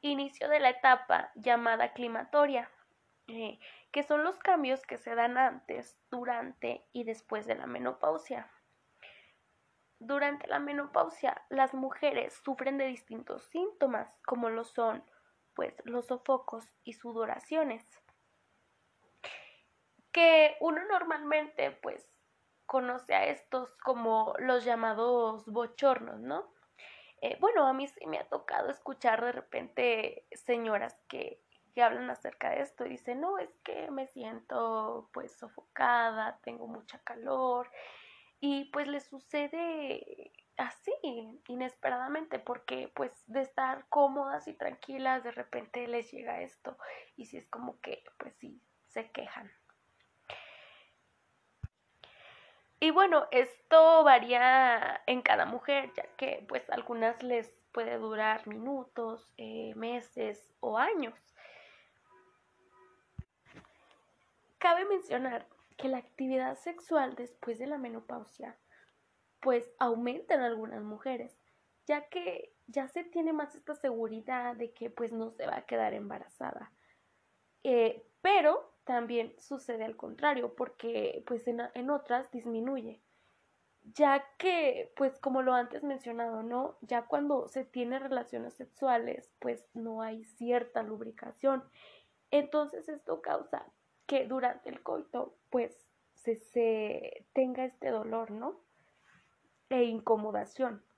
inicio de la etapa llamada climatoria, eh, que son los cambios que se dan antes, durante y después de la menopausia. Durante la menopausia, las mujeres sufren de distintos síntomas, como lo son, pues, los sofocos y sudoraciones, que uno normalmente, pues, conoce a estos como los llamados bochornos, ¿no? Bueno, a mí sí me ha tocado escuchar de repente señoras que hablan acerca de esto y dicen, no, es que me siento pues sofocada, tengo mucha calor y pues les sucede así, inesperadamente, porque pues de estar cómodas y tranquilas de repente les llega esto y si es como que pues sí, se quejan. Y bueno, esto varía en cada mujer, ya que pues a algunas les puede durar minutos, meses o años. Cabe mencionar que la actividad sexual después de la menopausia pues aumenta en algunas mujeres, ya que ya se tiene más esta seguridad de que pues no se va a quedar embarazada. Pero también sucede al contrario, porque pues en otras disminuye, ya que, pues como lo antes mencionado, ¿no? Ya cuando se tiene relaciones sexuales, pues no hay cierta lubricación. Entonces esto causa que durante el coito, pues se tenga este dolor, ¿no? E incomodación.